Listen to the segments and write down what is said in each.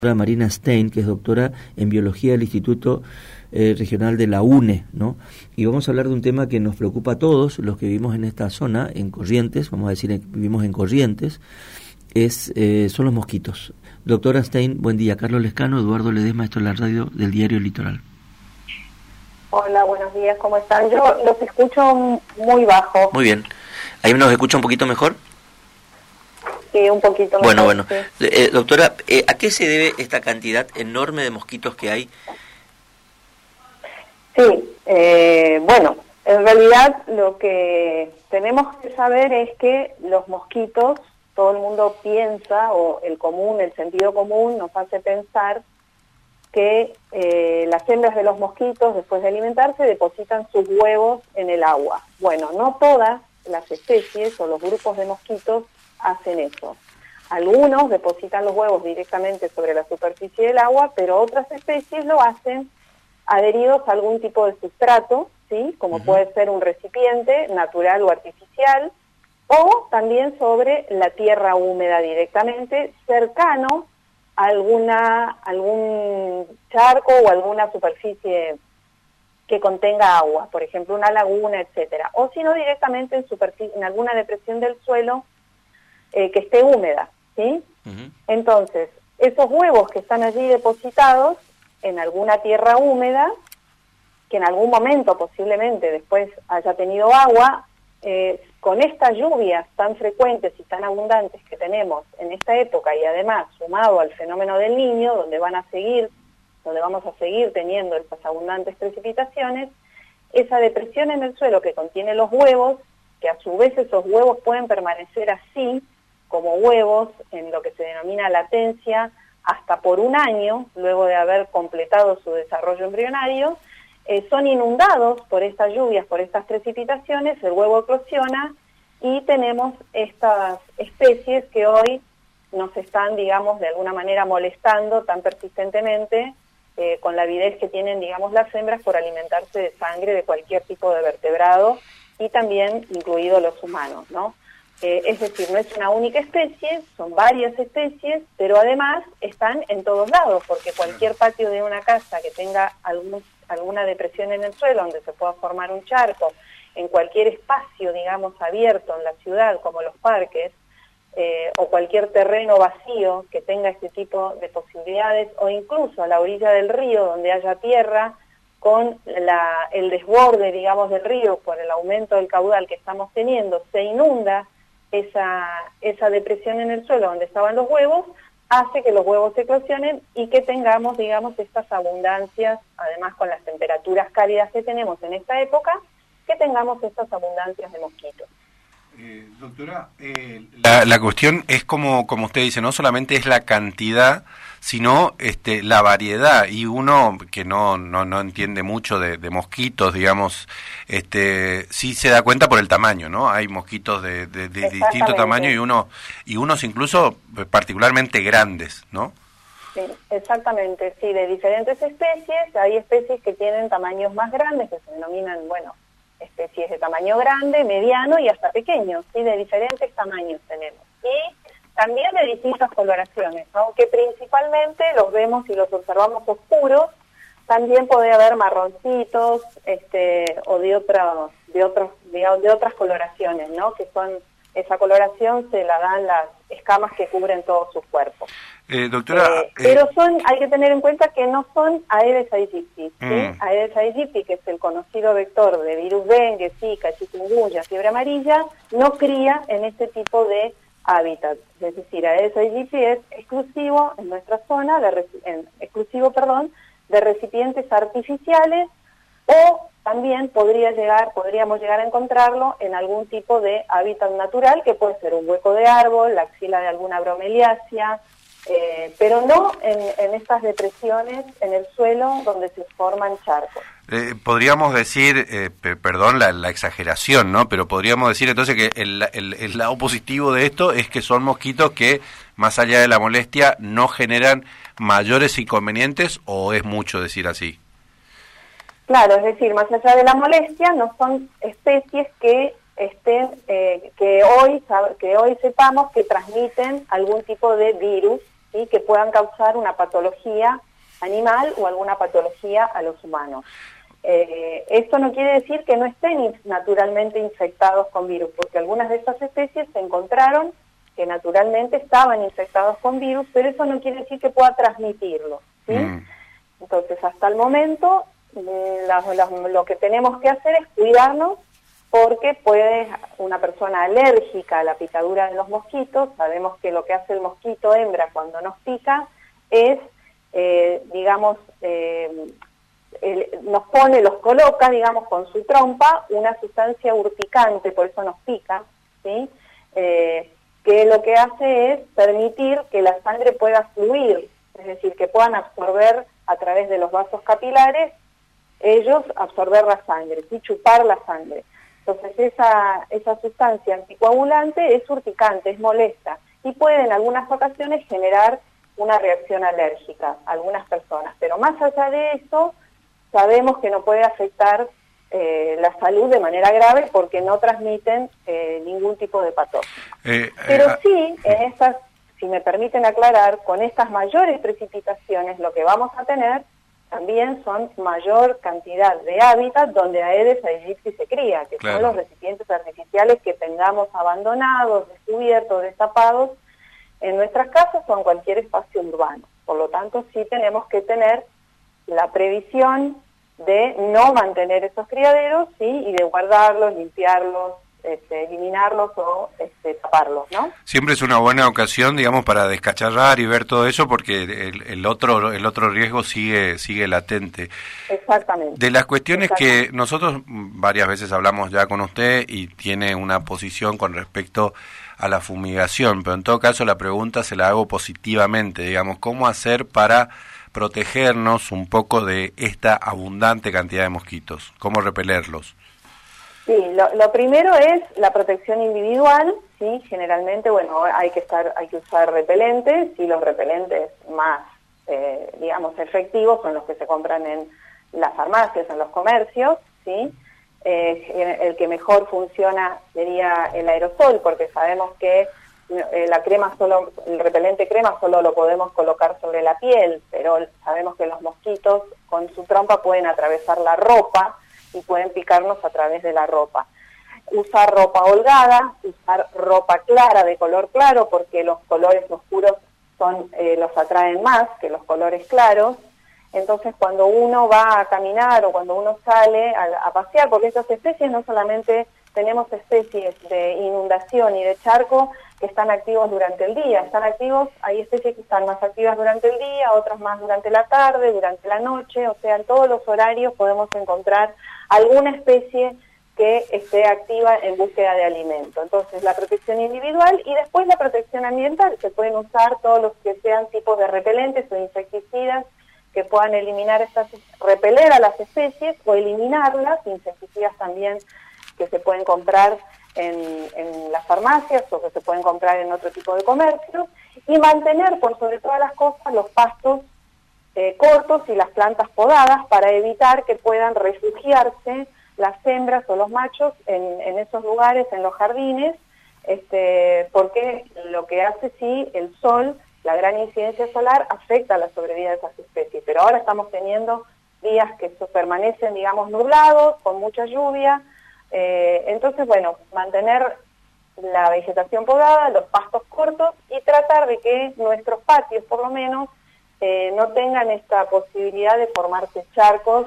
Marina Stein, que es doctora en biología del Instituto Regional de la UNE, ¿no? Y vamos a hablar de un tema que nos preocupa a todos los que vivimos en esta zona, en Corrientes, vamos a decir, vivimos en Corrientes, son los mosquitos. Doctora Stein, buen día. Carlos Lescano, Eduardo Ledesma, esto es la radio del diario Litoral. Hola, buenos días, ¿cómo están? Yo los escucho muy bajo. Muy bien. ¿Ahí nos escucha un poquito mejor? Sí, un poquito mejor. Bueno. Sí. Doctora, ¿a qué se debe esta cantidad enorme de mosquitos que hay? Sí, bueno, en realidad lo que tenemos que saber es que los mosquitos, todo el mundo piensa, o el sentido común nos hace pensar que las hembras de los mosquitos, después de alimentarse, depositan sus huevos en el agua. Bueno, no todas las especies o los grupos de mosquitos hacen eso. Algunos depositan los huevos directamente sobre la superficie del agua, pero otras especies lo hacen adheridos a algún tipo de sustrato, ¿sí? Como puede ser un recipiente natural o artificial, o también sobre la tierra húmeda directamente, cercano a algún charco o alguna superficie que contenga agua, por ejemplo una laguna, etcétera, o si no directamente en alguna depresión del suelo que esté húmeda, ¿sí? Entonces, esos huevos que están allí depositados en alguna tierra húmeda, que en algún momento posiblemente después haya tenido agua, con estas lluvias tan frecuentes y tan abundantes que tenemos en esta época, y además sumado al fenómeno del Niño, donde vamos a seguir teniendo estas abundantes precipitaciones, esa depresión en el suelo que contiene los huevos, que a su vez esos huevos pueden permanecer así, como huevos, en lo que se denomina latencia, hasta por un año, luego de haber completado su desarrollo embrionario, son inundados por estas lluvias, por estas precipitaciones, el huevo eclosiona y tenemos estas especies que hoy nos están, digamos, de alguna manera molestando tan persistentemente con la avidez que tienen, digamos, las hembras por alimentarse de sangre de cualquier tipo de vertebrado y también incluidos los humanos, ¿no? Es decir, no es una única especie, son varias especies, pero además están en todos lados, porque cualquier patio de una casa que tenga alguna depresión en el suelo, donde se pueda formar un charco, en cualquier espacio, digamos, abierto en la ciudad, como los parques, o cualquier terreno vacío que tenga este tipo de posibilidades, o incluso a la orilla del río, donde haya tierra, con el desborde, digamos, del río, por el aumento del caudal que estamos teniendo, se inunda esa depresión en el suelo donde estaban los huevos, hace que los huevos se eclosionen y que tengamos, digamos, estas abundancias, además con las temperaturas cálidas que tenemos en esta época, que tengamos estas abundancias de mosquitos. Doctora, la cuestión es como usted dice, no solamente es la cantidad, sino la variedad, y uno que no entiende mucho de mosquitos, digamos, sí se da cuenta por el tamaño, ¿no? Hay mosquitos de distinto tamaño y unos incluso particularmente grandes, ¿no? Sí, exactamente, sí, de diferentes especies. Hay especies que tienen tamaños más grandes, que se denominan, bueno, especies de tamaño grande, mediano y hasta pequeño, ¿sí? De diferentes tamaños tenemos. Y también de distintas coloraciones, aunque principalmente los vemos y los observamos oscuros, también puede haber marroncitos, o de otras coloraciones, ¿no? Que son, esa coloración se la dan las escamas que cubren todo su cuerpo. Doctora, pero hay que tener en cuenta que no son Aedes aegypti, ¿sí? Aedes aegypti, que es el conocido vector de virus dengue, zika, chikungunya, fiebre amarilla, no cría en este tipo de hábitat. Es decir, Aedes aegypti es exclusivo en nuestra zona, de recipientes artificiales, o también podríamos llegar a encontrarlo en algún tipo de hábitat natural, que puede ser un hueco de árbol, la axila de alguna bromeliácea, pero no en estas depresiones en el suelo donde se forman charcos. Podríamos decir, perdón la exageración, ¿no? Pero podríamos decir entonces que el lado positivo de esto es que son mosquitos que, más allá de la molestia, no generan mayores inconvenientes, ¿o es mucho decir así? Claro, es decir, más allá de la molestia, no son especies que que hoy sepamos que transmiten algún tipo de virus ¿sí? Que puedan causar una patología animal o alguna patología a los humanos. Esto no quiere decir que no estén naturalmente infectados con virus, porque algunas de estas especies se encontraron que naturalmente estaban infectados con virus, pero eso no quiere decir que pueda transmitirlo, ¿sí? Entonces, hasta el momento, lo que tenemos que hacer es cuidarnos, porque puede una persona alérgica a la picadura de los mosquitos, sabemos que lo que hace el mosquito hembra cuando nos pica es, los coloca, digamos, con su trompa, una sustancia urticante, por eso nos pica, ¿sí? Que lo que hace es permitir que la sangre pueda fluir, es decir, que puedan absorber a través de los vasos capilares, ellos absorber la sangre, ¿sí? Chupar la sangre. Entonces esa sustancia anticoagulante es urticante, es molesta, y puede en algunas ocasiones generar una reacción alérgica a algunas personas. Pero más allá de eso, sabemos que no puede afectar la salud de manera grave porque no transmiten ningún tipo de patógeno. Pero sí, en estas, si me permiten aclarar, con estas mayores precipitaciones lo que vamos a tener también son mayor cantidad de hábitats donde Aedes aegypti se cría, que son los recipientes artificiales que tengamos abandonados, descubiertos, destapados en nuestras casas o en cualquier espacio urbano. Por lo tanto, sí tenemos que tener la previsión de no mantener esos criaderos, ¿sí? Y de guardarlos, limpiarlos, eliminarlos o taparlos, ¿no? Siempre es una buena ocasión, digamos, para descacharrar y ver todo eso, porque el otro riesgo sigue latente. Exactamente. De las cuestiones que nosotros varias veces hablamos ya con usted y tiene una posición con respecto a la fumigación, pero en todo caso la pregunta se la hago positivamente, digamos, ¿cómo hacer para protegernos un poco de esta abundante cantidad de mosquitos? ¿Cómo repelerlos? Sí, lo primero es la protección individual, sí, generalmente, bueno, hay que usar repelentes, y los repelentes más, efectivos son los que se compran en las farmacias, en los comercios, sí. El que mejor funciona sería el aerosol, porque sabemos que el repelente crema solo lo podemos colocar sobre la piel, pero sabemos que los mosquitos con su trompa pueden atravesar la ropa y pueden picarnos a través de la ropa. Usar ropa holgada, usar ropa clara, de color claro, porque los colores oscuros los atraen más que los colores claros. Entonces, cuando uno va a caminar o cuando uno sale a pasear, porque estas especies no solamente tenemos especies de inundación y de charco que están activos durante el día, hay especies que están más activas durante el día, otras más durante la tarde, durante la noche, o sea, en todos los horarios podemos encontrar alguna especie que esté activa en búsqueda de alimento. Entonces, la protección individual y después la protección ambiental. Se pueden usar todos los que sean tipos de repelentes o insecticidas que puedan repeler a las especies o eliminarlas, insecticidas también que se pueden comprar en las farmacias o que se pueden comprar en otro tipo de comercio, y mantener por sobre todas las cosas los pastos cortos y las plantas podadas para evitar que puedan refugiarse las hembras o los machos en esos lugares, en los jardines, porque lo que hace el sol, la gran incidencia solar, afecta a la sobrevida de esas especies. Pero ahora estamos teniendo días que permanecen, nublados, con mucha lluvia. Entonces, bueno, mantener la vegetación podada, los pastos cortos, y tratar de que nuestros patios, por lo menos, no tengan esta posibilidad de formarse charcos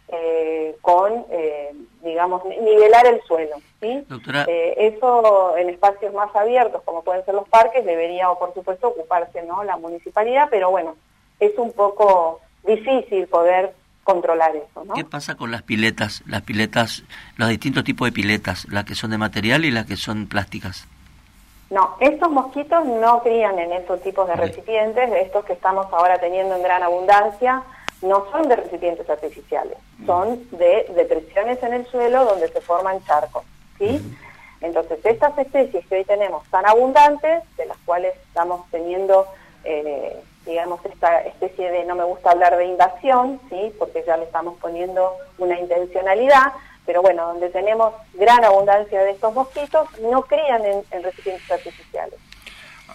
nivelar el suelo, ¿sí? Doctora, eso en espacios más abiertos, como pueden ser los parques, debería, por supuesto, ocuparse, ¿no?, la municipalidad, pero bueno, es un poco difícil poder controlar eso, ¿no? ¿Qué pasa con las piletas, los distintos tipos de piletas, las que son de material y las que son plásticas? No, estos mosquitos no crían en estos tipos de recipientes, estos que estamos ahora teniendo en gran abundancia, no son de recipientes artificiales, son de depresiones en el suelo donde se forman charcos, ¿sí? Entonces, estas especies que hoy tenemos tan abundantes, de las cuales estamos teniendo, esta especie de, no me gusta hablar de invasión, ¿sí?, porque ya le estamos poniendo una intencionalidad, pero bueno, donde tenemos gran abundancia de estos mosquitos, no crían en recipientes artificiales.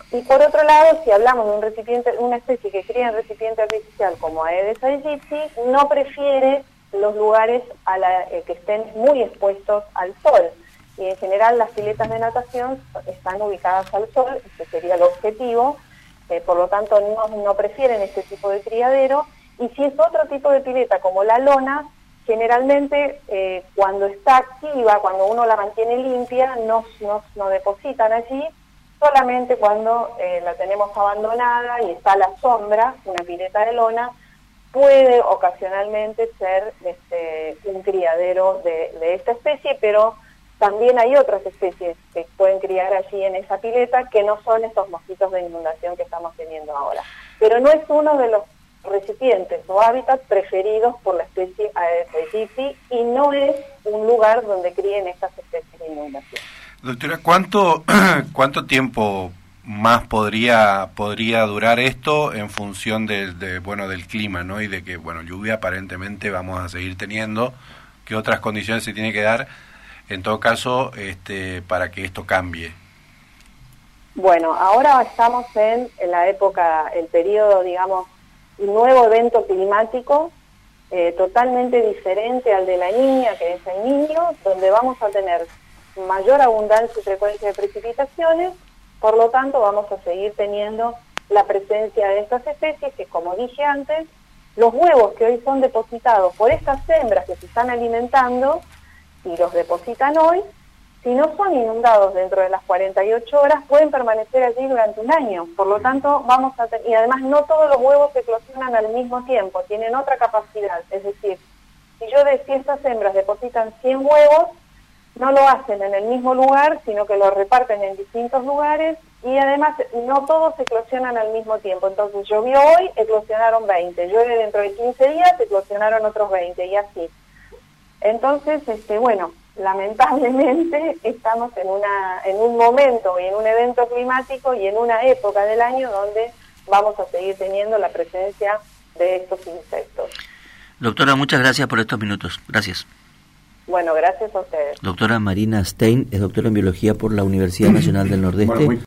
Y por otro lado, si hablamos de un recipiente, una especie que cría en recipiente artificial como Aedes aegypti, no prefiere los lugares que estén muy expuestos al sol. Y en general las piletas de natación están ubicadas al sol, ese sería el objetivo, por lo tanto no prefieren este tipo de criadero. Y si es otro tipo de pileta como la lona, generalmente cuando está activa, cuando uno la mantiene limpia, no depositan allí, solamente cuando la tenemos abandonada y está a la sombra, una pileta de lona, puede ocasionalmente ser un criadero de esta especie, pero también hay otras especies que pueden criar allí en esa pileta que no son estos mosquitos de inundación que estamos teniendo ahora. Pero no es uno de los recipientes o hábitats preferidos por la especie Aedes aegypti y no es un lugar donde críen estas especies de inundación. Doctora, ¿cuánto tiempo más podría durar esto en función del clima, ¿no? Y de que, lluvia aparentemente vamos a seguir teniendo, ¿qué otras condiciones se tiene que dar, en todo caso, para que esto cambie? Bueno, ahora estamos en la época, el periodo, digamos, un nuevo evento climático totalmente diferente al de la Niña, que es el Niño, donde vamos a tener mayor abundancia y frecuencia de precipitaciones, por lo tanto vamos a seguir teniendo la presencia de estas especies que, como dije antes, los huevos que hoy son depositados por estas hembras que se están alimentando y los depositan hoy, si no son inundados dentro de las 48 horas, pueden permanecer allí durante un año. Por lo tanto, y además no todos los huevos eclosionan al mismo tiempo, tienen otra capacidad. Es decir, si estas hembras depositan 100 huevos, no lo hacen en el mismo lugar, sino que lo reparten en distintos lugares y además no todos eclosionan al mismo tiempo. Entonces llovió hoy, eclosionaron 20, llueve dentro de 15 días, eclosionaron otros 20 y así. Entonces, lamentablemente estamos en un momento y en un evento climático y en una época del año donde vamos a seguir teniendo la presencia de estos insectos. Doctora, muchas gracias por estos minutos. Gracias. Bueno, gracias a ustedes. Doctora Marina Stein es doctora en Biología por la Universidad Nacional del Nordeste.